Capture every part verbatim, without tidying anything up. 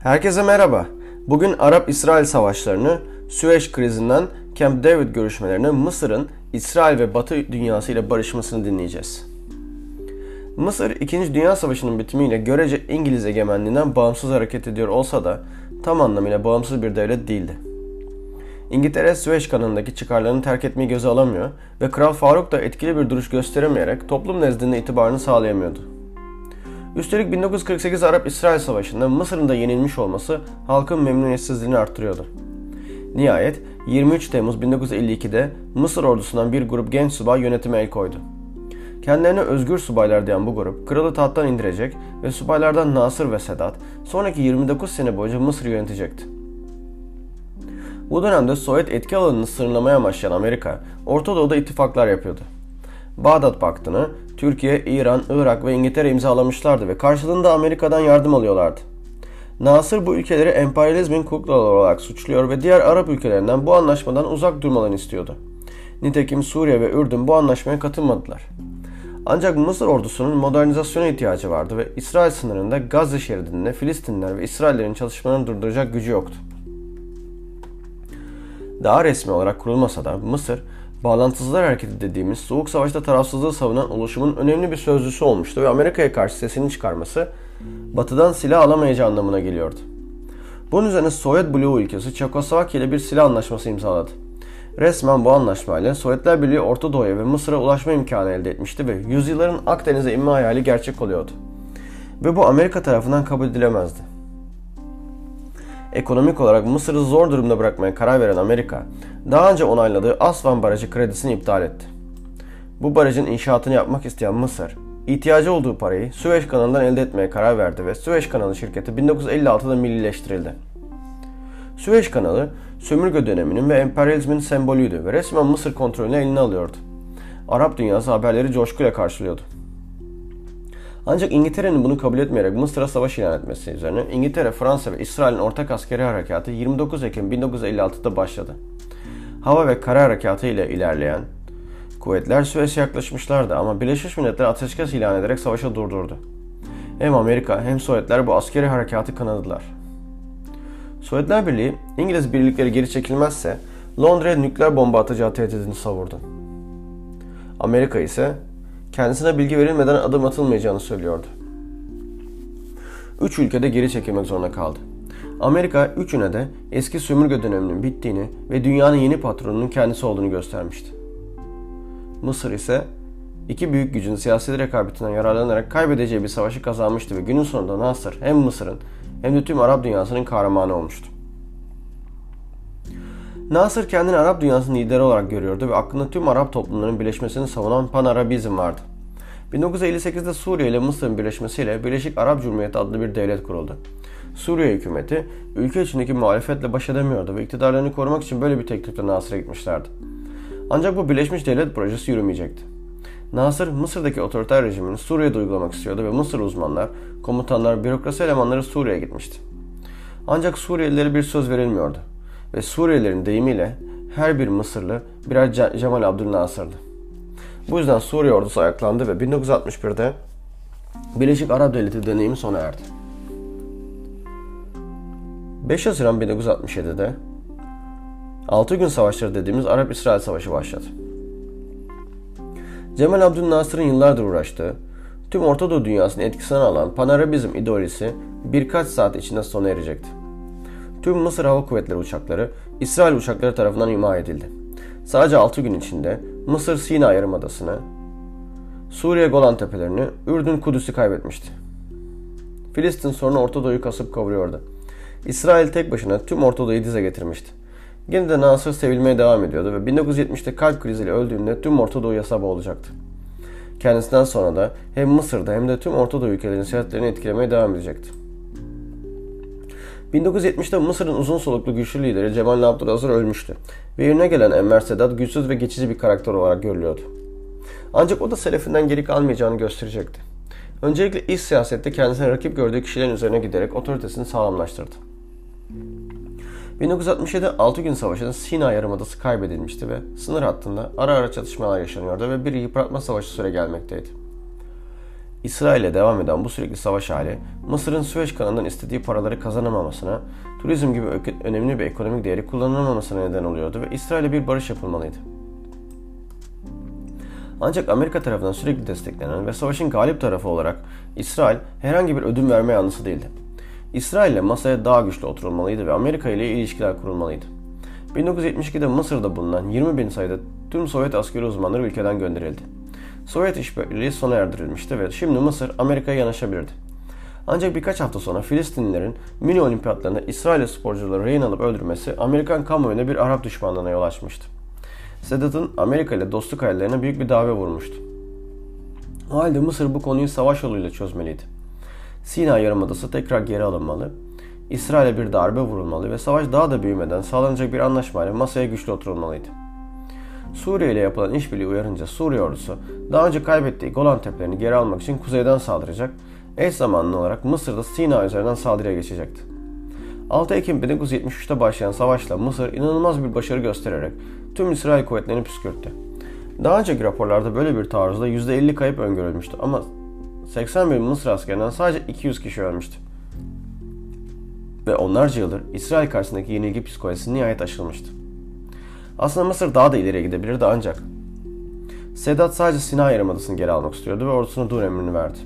Herkese merhaba. Bugün Arap-İsrail savaşlarını, Süveyş krizinden Camp David görüşmelerine, Mısır'ın İsrail ve Batı dünyası ile barışmasını dinleyeceğiz. Mısır, İkinci Dünya Savaşı'nın bitimiyle görece İngiliz egemenliğinden bağımsız hareket ediyor olsa da tam anlamıyla bağımsız bir devlet değildi. İngiltere, Süveyş kanalındaki çıkarlarını terk etmeyi göze alamıyor ve Kral Faruk da etkili bir duruş gösteremeyerek toplum nezdinde itibarını sağlayamıyordu. Üstelik bin dokuz yüz kırk sekiz Arap-İsrail Savaşı'nda Mısır'ın da yenilmiş olması halkın memnuniyetsizliğini arttırıyordu. Nihayet yirmi üç Temmuz bin dokuz yüz elli iki'de Mısır ordusundan bir grup genç subay yönetime el koydu. Kendilerine özgür subaylar diyen bu grup kralı tahttan indirecek ve subaylardan Nasır ve Sedat sonraki yirmi dokuz sene boyunca Mısır'ı yönetecekti. Bu dönemde Sovyet etki alanını sınırlamaya amaçlayan Amerika, Orta Doğu'da ittifaklar yapıyordu. Bağdat Paktı'nı Türkiye, İran, Irak ve İngiltere imzalamışlardı ve karşılığında Amerika'dan yardım alıyorlardı. Nasır bu ülkeleri emperyalizmin kuklaları olarak suçluyor ve diğer Arap ülkelerinden bu anlaşmadan uzak durmalarını istiyordu. Nitekim Suriye ve Ürdün bu anlaşmaya katılmadılar. Ancak Mısır ordusunun modernizasyona ihtiyacı vardı ve İsrail sınırında Gazze şeridinde Filistinliler ve İsraillerin çalışmalarını durduracak gücü yoktu. Daha resmi olarak kurulmasa da Mısır, Bağlantısızlar Hareketi dediğimiz Soğuk Savaş'ta tarafsızlığı savunan oluşumun önemli bir sözcüsü olmuştu ve Amerika'ya karşı sesini çıkarması, Batı'dan silah alamayacağı anlamına geliyordu. Bunun üzerine Sovyet Bloğu ülkesi Çekoslovakya ile bir silah anlaşması imzaladı. Resmen bu anlaşmayla Sovyetler Birliği Orta Doğu'ya ve Mısır'a ulaşma imkanı elde etmişti ve yüzyılların Akdeniz'e inme hayali gerçek oluyordu. Ve bu Amerika tarafından kabul edilemezdi. Ekonomik olarak Mısır'ı zor durumda bırakmaya karar veren Amerika, daha önce onayladığı Aswan Barajı kredisini iptal etti. Bu barajın inşaatını yapmak isteyen Mısır, ihtiyacı olduğu parayı Süveyş kanalından elde etmeye karar verdi ve Süveyş kanalı şirketi bin dokuz yüz elli altı'da millileştirildi. Süveyş kanalı, sömürge döneminin ve emperyalizmin sembolüydü ve resmen Mısır kontrolünü eline alıyordu. Arap dünyası haberleri coşkuyla karşılıyordu. Ancak İngiltere'nin bunu kabul etmeyerek Mısır'a savaş ilan etmesi üzerine İngiltere, Fransa ve İsrail'in ortak askeri harekatı yirmi dokuz Ekim bin dokuz yüz elli altı'da başladı. Hava ve kara harekatı ile ilerleyen kuvvetler Süveyş'e yaklaşmışlardı ama Birleşmiş Milletler ateşkes ilan ederek savaşı durdurdu. Hem Amerika hem Sovyetler bu askeri harekatı kınadılar. Sovyetler Birliği, İngiliz birlikleri geri çekilmezse Londra'ya nükleer bomba atacağı tehdidini savurdu. Amerika ise kendisine bilgi verilmeden adım atılmayacağını söylüyordu. Üç ülkede geri çekilmek zorunda kaldı. Amerika üçüne de eski sömürge döneminin bittiğini ve dünyanın yeni patronunun kendisi olduğunu göstermişti. Mısır ise iki büyük gücün siyasi rekabetinden yararlanarak kaybedeceği bir savaşı kazanmıştı ve günün sonunda Nasır hem Mısır'ın hem de tüm Arap dünyasının kahramanı olmuştu. Nasır kendini Arap dünyasının lideri olarak görüyordu ve aklında tüm Arap toplumlarının birleşmesini savunan Pan-Arabizm vardı. bin dokuz yüz elli sekiz'de Suriye ile Mısır'ın birleşmesiyle Birleşik Arap Cumhuriyeti adlı bir devlet kuruldu. Suriye hükümeti ülke içindeki muhalefetle baş edemiyordu ve iktidarlarını korumak için böyle bir teklifle Nasır'a gitmişlerdi. Ancak bu Birleşmiş Devlet projesi yürümeyecekti. Nasır, Mısır'daki otoriter rejimini Suriye'de uygulamak istiyordu ve Mısır uzmanlar, komutanlar, bürokrasi elemanları Suriye'ye gitmişti. Ancak Suriyelilere bir söz verilmiyordu ve Suriyelilerin deyimiyle her bir Mısırlı birer Cemal Abdülnasır'dı. Bu yüzden Suriye ordusu ayaklandı ve bin dokuz yüz altmış bir'de Birleşik Arap Devleti deneyimi sona erdi. beş Haziran bin dokuz yüz altmış yedi'de altı gün savaşları dediğimiz Arap-İsrail Savaşı başladı. Cemal Abdülnasır'ın yıllardır uğraştığı, tüm Orta Doğu dünyasını etkisine alan Pan-Arabizm ideolojisi birkaç saat içinde sona erecekti. Tüm Mısır Hava Kuvvetleri uçakları İsrail uçakları tarafından imha edildi. Sadece altı gün içinde Mısır Sina Yarımadası'nı, Suriye Golan Tepelerini, Ürdün Kudüs'ü kaybetmişti. Filistin sorunu Orta Doğu'yu kasıp kavuruyordu. İsrail tek başına tüm Orta Doğu'yu dize getirmişti. Yine de Nasır sevilmeye devam ediyordu ve bin dokuz yüz yetmiş'te kalp kriziyle öldüğünde tüm Orta Doğu'ya sabah olacaktı. Kendisinden sonra da hem Mısır'da hem de tüm Orta Doğu ülkelerinin siyasetlerini etkilemeye devam edecekti. bin dokuz yüz yetmiş'te Mısır'ın uzun soluklu güçlü lideri Cemal Abdülnasır ölmüştü ve yerine gelen Enver Sedat güçsüz ve geçici bir karakter olarak görülüyordu. Ancak o da selefinden geri kalmayacağını gösterecekti. Öncelikle iç siyasette kendisine rakip gördüğü kişilerin üzerine giderek otoritesini sağlamlaştırdı. bin dokuz yüz altmış yedi altı gün savaşında Sina Yarımadası kaybedilmişti ve sınır hattında ara ara çatışmalar yaşanıyordu ve bir yıpratma savaşı süre gelmekteydi. İsrail'e devam eden bu sürekli savaş hali, Mısır'ın Süveyş kanalından istediği paraları kazanamamasına, turizm gibi önemli bir ekonomik değeri kullanılamamasına neden oluyordu ve İsrail'e bir barış yapılmalıydı. Ancak Amerika tarafından sürekli desteklenen ve savaşın galip tarafı olarak İsrail herhangi bir ödün verme yanlısı değildi. İsrail ile masaya daha güçlü oturulmalıydı ve Amerika ile ilişkiler kurulmalıydı. bin dokuz yüz yetmiş ikide Mısır'da bulunan yirmi bin sayıda tüm Sovyet askeri uzmanları ülkeden gönderildi. Sovyet işbirliği sona erdirilmişti ve şimdi Mısır Amerika'ya yanaşabilirdi. Ancak birkaç hafta sonra Filistinlilerin mini olimpiyatlarında İsrail sporcuları rehin alıp öldürmesi Amerikan kamuoyuna bir Arap düşmanlığına yol açmıştı. Sedat'ın Amerika ile dostluk hayallerine büyük bir darbe vurmuştu. O halde Mısır bu konuyu savaş yoluyla çözmeliydi. Sina Yarımadası tekrar geri alınmalı, İsrail'e bir darbe vurulmalı ve savaş daha da büyümeden sağlanacak bir anlaşmayla masaya güçlü oturulmalıydı. Suriye ile yapılan işbirliği uyarınca Suriye ordusu daha önce kaybettiği Golan Tepelerini geri almak için kuzeyden saldıracak, eş zamanlı olarak Mısır'da Sina üzerinden saldırıya geçecekti. altı Ekim bin dokuz yüz yetmiş üçte başlayan savaşla Mısır inanılmaz bir başarı göstererek tüm İsrail kuvvetlerini püskürttü. Daha önceki raporlarda böyle bir taarruzda yüzde elli kayıp öngörülmüştü ama seksen bin Mısır askerinden sadece iki yüz kişi ölmüştü. Ve onlarca yıldır İsrail karşısındaki yenilgi psikolojisi nihayet aşılmıştı. Aslında Mısır daha da ileriye gidebilirdi ancak Sedat sadece Sina Yarımadası'nı geri almak istiyordu ve ordusuna dur emrini verdi.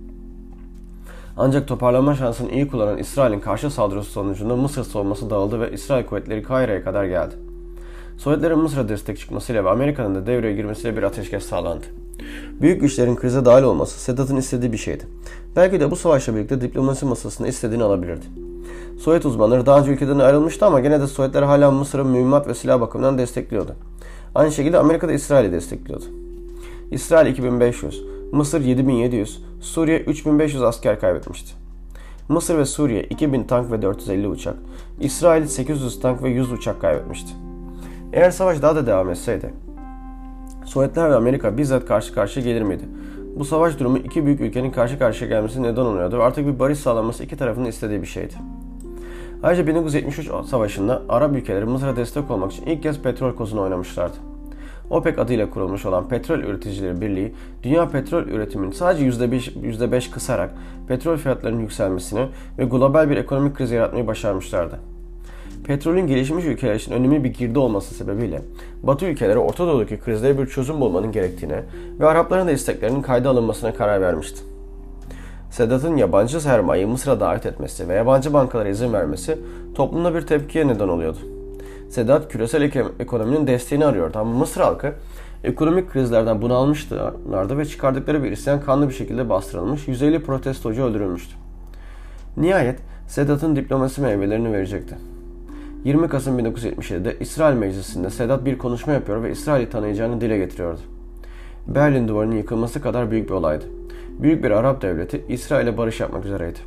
Ancak toparlanma şansını iyi kullanan İsrail'in karşı saldırısı sonucunda Mısır savunması dağıldı ve İsrail kuvvetleri Kahire'ye kadar geldi. Sovyetlerin Mısır'a destek çıkmasıyla ve Amerika'nın da devreye girmesiyle bir ateşkes sağlandı. Büyük güçlerin krize dahil olması Sedat'ın istediği bir şeydi. Belki de bu savaşla birlikte diplomasi masasında istediğini alabilirdi. Sovyet uzmanları daha önce ülkeden ayrılmıştı ama gene de Sovyetler hala Mısır'ın mühimmat ve silah bakımından destekliyordu. Aynı şekilde Amerika da İsrail'i destekliyordu. İsrail iki bin beş yüz, Mısır yedi bin yedi yüz, Suriye üç bin beş yüz asker kaybetmişti. Mısır ve Suriye iki bin tank ve dört yüz elli uçak, İsrail sekiz yüz tank ve yüz uçak kaybetmişti. Eğer savaş daha da devam etseydi, Sovyetler ve Amerika bizzat karşı karşıya gelir miydi? Bu savaş durumu iki büyük ülkenin karşı karşıya gelmesine neden oluyordu ve artık bir barış sağlanması iki tarafın istediği bir şeydi. Ayrıca bin dokuz yüz yetmiş üç savaşında Arap ülkeleri Mısır'a destek olmak için ilk kez petrol kozunu oynamışlardı. OPEC adıyla kurulmuş olan Petrol Üreticileri Birliği, dünya petrol üretimini sadece yüzde beş kısarak petrol fiyatlarının yükselmesini ve global bir ekonomik kriz yaratmayı başarmışlardı. Petrolün gelişmiş ülkeler için önemli bir girdi olması sebebiyle Batı ülkeleri Orta Doğu'daki krizlere bir çözüm bulmanın gerektiğine ve Arapların da isteklerinin kayda alınmasına karar vermişti. Sedat'ın yabancı sermayeyi Mısır'a davet etmesi ve yabancı bankalara izin vermesi toplumda bir tepkiye neden oluyordu. Sedat küresel ekonominin desteğini arıyordu ama Mısır halkı ekonomik krizlerden bunalmışlardı ve çıkardıkları bir isyan kanlı bir şekilde bastırılmış, yüz elli protestocu öldürülmüştü. Nihayet Sedat'ın diplomasi meyvelerini verecekti. yirmi Kasım bin dokuz yüz yetmiş yedi'de İsrail Meclisi'nde Sedat bir konuşma yapıyor ve İsrail'i tanıyacağını dile getiriyordu. Berlin Duvarı'nın yıkılması kadar büyük bir olaydı. Büyük bir Arap devleti İsrail'e barış yapmak üzereydi.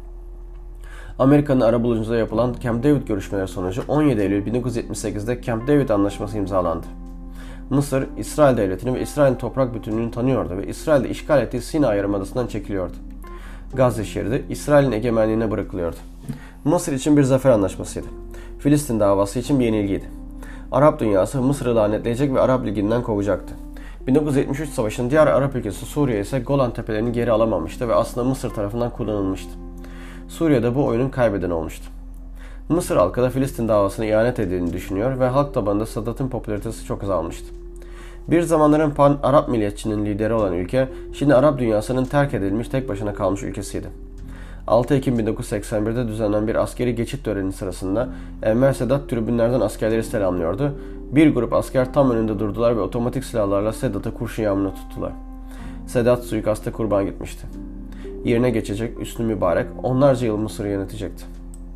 Amerika'nın arabuluculuğunda yapılan Camp David görüşmeleri sonucu on yedi Eylül bin dokuz yüz yetmiş sekiz'de Camp David Anlaşması imzalandı. Mısır, İsrail devletini ve İsrail'in toprak bütünlüğünü tanıyordu ve İsrail'de işgal ettiği Sina Yarımadası'ndan çekiliyordu. Gazze şeridi İsrail'in egemenliğine bırakılıyordu. Mısır için bir zafer anlaşmasıydı. Filistin davası için bir yenilgiydi. Arap dünyası Mısır'ı lanetleyecek ve Arap Ligi'nden kovacaktı. bin dokuz yüz yetmiş üç savaşının diğer Arap ülkesi Suriye ise Golan Tepelerini geri alamamıştı ve aslında Mısır tarafından kullanılmıştı. Suriye'de bu oyunun kaybedeni olmuştu. Mısır halkı da Filistin davasına ihanet edildiğini düşünüyor ve halk tabanında Sadat'ın popülaritesi çok azalmıştı. Bir zamanların pan-Arap milliyetçinin lideri olan ülke, şimdi Arap dünyasının terk edilmiş tek başına kalmış ülkesiydi. altı Ekim bin dokuz yüz seksen bir'de düzenlenen bir askeri geçit töreni sırasında Enver Sedat tribünlerden askerleri selamlıyordu. Bir grup asker tam önünde durdular ve otomatik silahlarla Sedat'ı kurşun yağmuruna tuttular. Sedat suikasta kurban gitmişti. Yerine geçecek Üstün Mübarek onlarca yıl Mısır'ı yönetecekti.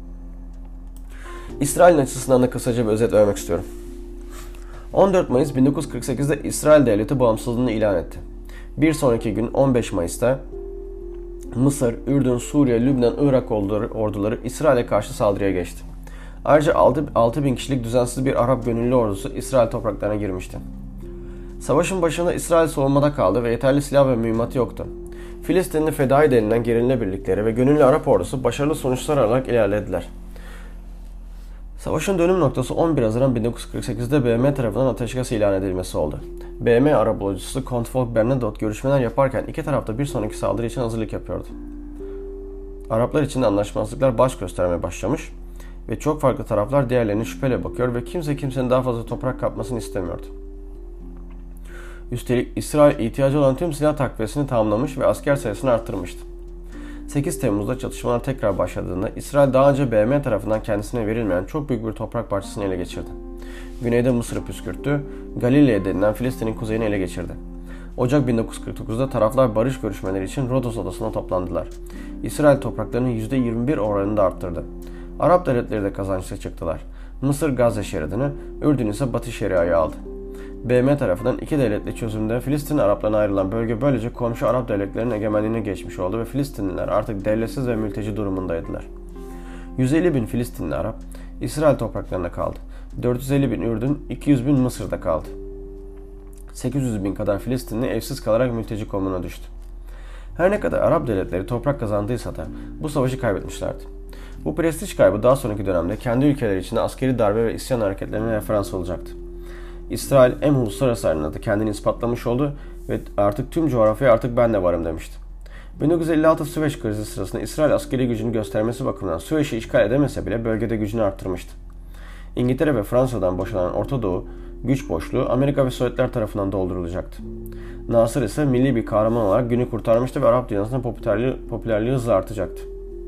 İsrail'in açısından da kısaca bir özet vermek istiyorum. on dört Mayıs bin dokuz yüz kırk sekiz'de İsrail devleti bağımsızlığını ilan etti. Bir sonraki gün on beş Mayıs'ta Mısır, Ürdün, Suriye, Lübnan, Irak orduları İsrail'e karşı saldırıya geçti. Ayrıca altı bin kişilik düzensiz bir Arap gönüllü ordusu İsrail topraklarına girmişti. Savaşın başında İsrail savunmada kaldı ve yeterli silah ve mühimmatı yoktu. Filistinli fedai denilen gerilme birlikleri ve gönüllü Arap ordusu başarılı sonuçlar alarak ilerlediler. Savaşın dönüm noktası on bir Haziran bin dokuz yüz kırk sekiz'de B M tarafından ateşkes ilan edilmesi oldu. B M arabulucusu Kontfolk Bernadotte görüşmeler yaparken iki tarafta bir sonraki saldırı için hazırlık yapıyordu. Araplar için de anlaşmazlıklar baş göstermeye başlamış ve çok farklı taraflar diğerlerine şüpheyle bakıyor ve kimse kimsenin daha fazla toprak kapmasını istemiyordu. Üstelik İsrail ihtiyacı olan tüm silah takviyesini tamamlamış ve asker sayısını arttırmıştı. sekiz Temmuz'da çatışmalar tekrar başladığında İsrail daha önce B M tarafından kendisine verilmeyen çok büyük bir toprak parçasını ele geçirdi. Güneyde Mısır'ı püskürttü, Galilea denilen Filistin'in kuzeyini ele geçirdi. Ocak bin dokuz yüz kırk dokuz'da taraflar barış görüşmeleri için Rodos adasına toplandılar. İsrail topraklarını yüzde yirmi bir oranında arttırdı. Arap devletleri de kazançlı çıktılar. Mısır Gazze şeridini, Ürdün ise Batı Şeria'yı aldı. B M tarafından iki devletli çözümde Filistin Araplarına ayrılan bölge böylece komşu Arap devletlerinin egemenliğine geçmiş oldu ve Filistinliler artık devletsiz ve mülteci durumundaydılar. yüz elli bin Filistinli Arap İsrail topraklarında kaldı. dört yüz elli bin Ürdün, iki yüz bin Mısır'da kaldı. sekiz yüz bin kadar Filistinli evsiz kalarak mülteci konumuna düştü. Her ne kadar Arap devletleri toprak kazandıysa da bu savaşı kaybetmişlerdi. Bu prestij kaybı daha sonraki dönemde kendi ülkeleri içinde askeri darbe ve isyan hareketlerine referans olacaktı. İsrail hem uluslararası arenada kendini ispatlamış oldu ve artık tüm coğrafyaya artık ben de varım demişti. bin dokuz yüz elli altı Süveyş krizi sırasında İsrail askeri gücünü göstermesi bakımından Süveyş'i işgal edemese bile bölgede gücünü arttırmıştı. İngiltere ve Fransa'dan boşalan Orta Doğu güç boşluğu Amerika ve Sovyetler tarafından doldurulacaktı. Nasır ise milli bir kahraman olarak günü kurtarmıştı ve Arap dünyasında popülerliği, popülerliği hızla artacaktı.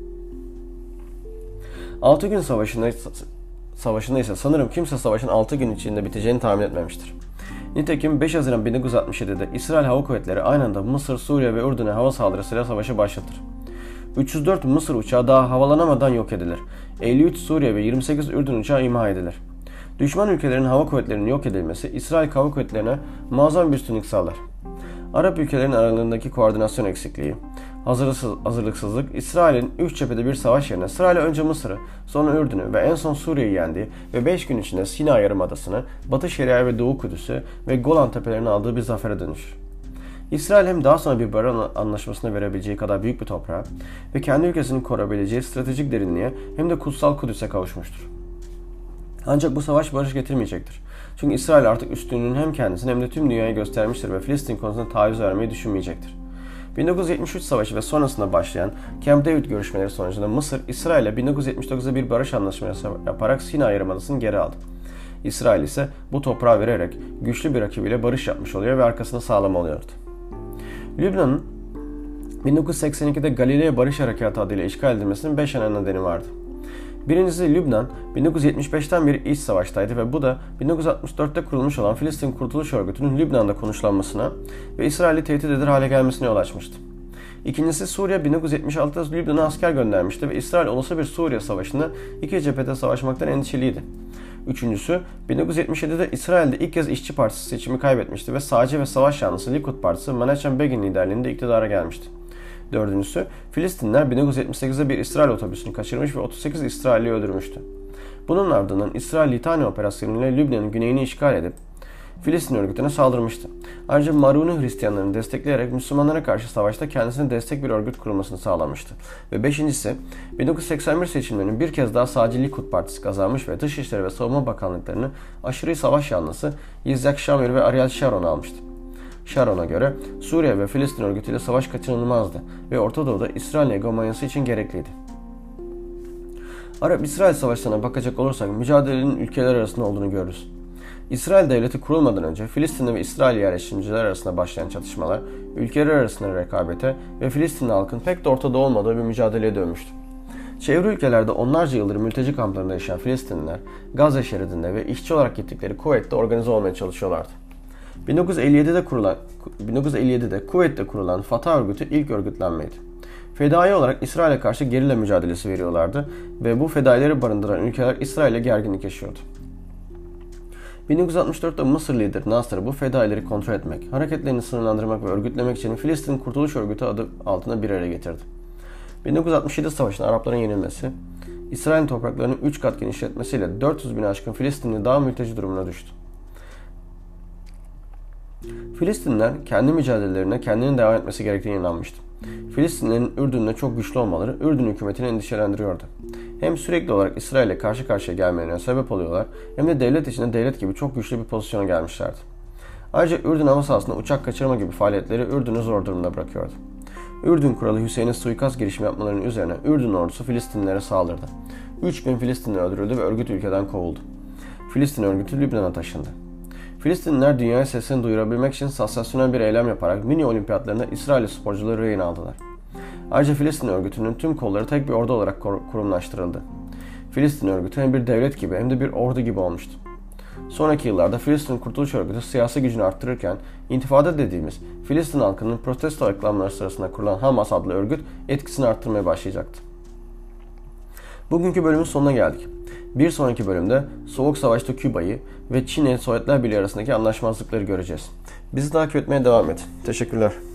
altı gün savaşında, savaşında ise sanırım kimse savaşın altı gün içinde biteceğini tahmin etmemiştir. Nitekim beş Haziran bin dokuz yüz altmış yedi'de İsrail Hava Kuvvetleri aynı anda Mısır, Suriye ve Ürdün'e hava saldırısıyla savaşı başlatır. üç yüz dört Mısır uçağı daha havalanamadan yok edilir. elli üç Suriye ve yirmi sekiz Ürdün uçağı imha edilir. Düşman ülkelerin hava kuvvetlerinin yok edilmesi İsrail hava kuvvetlerine muazzam bir üstünlük sağlar. Arap ülkelerin aralarındaki koordinasyon eksikliği, hazırlıksızlık, İsrail'in üç cephede bir savaş yerine sırayla önce Mısır'ı, sonra Ürdün'ü ve en son Suriye'yi yendiği ve beş gün içinde Sina Yarımadası'nı, Batı Şeria ve Doğu Kudüs'ü ve Golan Tepelerini aldığı bir zafere dönüşür. İsrail hem daha sonra bir barış anlaşmasına verebileceği kadar büyük bir toprağa ve kendi ülkesini koruyabileceği stratejik derinliğe hem de kutsal Kudüs'e kavuşmuştur. Ancak bu savaş barış getirmeyecektir. Çünkü İsrail artık üstünlüğünü hem kendisine hem de tüm dünyaya göstermiştir ve Filistin konusunda taviz vermeyi düşünmeyecektir. bin dokuz yüz yetmiş üç Savaşı ve sonrasında başlayan Camp David görüşmeleri sonucunda Mısır, İsrail ile bin dokuz yüz yetmiş dokuz'da bir barış anlaşması yaparak Sina Yarımadası'nı geri aldı. İsrail ise bu toprağı vererek güçlü bir rakibiyle barış yapmış oluyor ve arkasını sağlam oluyordu. Lübnan'ın bin dokuz yüz seksen iki'de Galilea Barış Harekatı adıyla işgal edilmesinin beş ana nedeni vardı. Birincisi Lübnan bin dokuz yüz yetmiş beş'ten beri iç savaştaydı ve bu da bin dokuz yüz altmış dört'te kurulmuş olan Filistin Kurtuluş Örgütü'nün Lübnan'da konuşlanmasına ve İsrail'i tehdit eder hale gelmesine yol açmıştı. İkincisi Suriye bin dokuz yüz yetmiş altı'da Lübnan'a asker göndermişti ve İsrail olası bir Suriye Savaşı'nda iki cephede savaşmaktan endişeliydi. Üçüncüsü bin dokuz yüz yetmiş yedi'de İsrail'de ilk kez İşçi Partisi seçimi kaybetmişti ve sağcı ve savaş yanlısı Likud Partisi Menachem Begin liderliğinde iktidara gelmişti. Dördüncüsü, Filistinler bin dokuz yüz yetmiş sekiz'de bir İsrail otobüsünü kaçırmış ve otuz sekiz İsrailli'yi öldürmüştü. Bunun ardından İsrail Litani operasyonu ile Lübnan'ın güneyini işgal edip Filistin örgütüne saldırmıştı. Ayrıca Maruni Hristiyanlarını destekleyerek Müslümanlara karşı savaşta kendisine destek bir örgüt kurulmasını sağlamıştı. Ve beşincisi, bin dokuz yüz seksen bir seçimlerinin bir kez daha sağcı Likud Partisi kazanmış ve Dışişleri ve Savunma Bakanlıklarını aşırı savaş yanlısı Yitzhak Shamir ve Ariel Sharon almıştı. Sharon'a göre Suriye ve Filistin örgütüyle savaş kaçınılmazdı ve Orta Doğu'da İsrail hegemonyası için gerekliydi. Arap-İsrail savaşlarına bakacak olursak mücadelenin ülkeler arasında olduğunu görürüz. İsrail devleti kurulmadan önce Filistinli ve İsrail yerleşimciler arasında başlayan çatışmalar, ülkeler arasında rekabete ve Filistinli halkın pek de ortada olmadığı bir mücadeleye dönmüştü. Çevre ülkelerde onlarca yıldır mülteci kamplarında yaşayan Filistinliler, Gazze şeridinde ve işçi olarak gittikleri Kuveyt'te organize olmaya çalışıyorlardı. bin dokuz yüz elli yedi'de kurulan bin dokuz yüz elli yedi'de Kuveyt'te kurulan Fatah örgütü ilk örgütlenmeydi. Fedai olarak İsrail'e karşı gerilla mücadelesi veriyorlardı ve bu fedaileri barındıran ülkeler İsrail'e gerginlik yaşıyordu. bin dokuz yüz altmış dört'te Mısır lideri Nasır bu fedaileri kontrol etmek, hareketlerini sınırlandırmak ve örgütlemek için Filistin Kurtuluş Örgütü adı altında bir araya getirdi. bin dokuz yüz altmış yedi Savaşı'nda Arapların yenilmesi, İsrail'in topraklarını üç kat genişletmesiyle dört yüz bini aşkın Filistinli daha mülteci durumuna düştü. Filistinliler kendi mücadelelerine kendinin devam etmesi gerektiğine inanmıştı. Filistinlilerin Ürdün'de çok güçlü olmaları Ürdün hükümetini endişelendiriyordu. hem sürekli olarak İsrail ile karşı karşıya gelmelerine sebep oluyorlar hem de devlet içinde devlet gibi çok güçlü bir pozisyona gelmişlerdi. Ayrıca Ürdün hava sahasında uçak kaçırma gibi faaliyetleri Ürdün'ü zor durumda bırakıyordu. Ürdün Kralı Hüseyin'in suikast girişimi yapmalarının üzerine Ürdün ordusu Filistinlilere saldırdı. üç bin Filistinli öldürüldü ve örgüt ülkeden kovuldu. Filistin örgütü Lübnan'a taşındı. Filistinliler dünyaya sesini duyurabilmek için sansasyonel bir eylem yaparak mini olimpiyatlarında İsrail sporcuları rehin aldılar. Ayrıca Filistin örgütünün tüm kolları tek bir ordu olarak kurumlaştırıldı. Filistin örgütü hem bir devlet gibi hem de bir ordu gibi olmuştu. Sonraki yıllarda Filistin Kurtuluş Örgütü siyasi gücünü arttırırken intifada dediğimiz Filistin halkının protesto ayaklanmaları sırasında kurulan Hamas adlı örgüt etkisini arttırmaya başlayacaktı. Bugünkü bölümün sonuna geldik. Bir sonraki bölümde Soğuk Savaş'ta Küba'yı ve Çin'le Sovyetler Birliği arasındaki anlaşmazlıkları göreceğiz. Bizi takip etmeye devam et. Teşekkürler.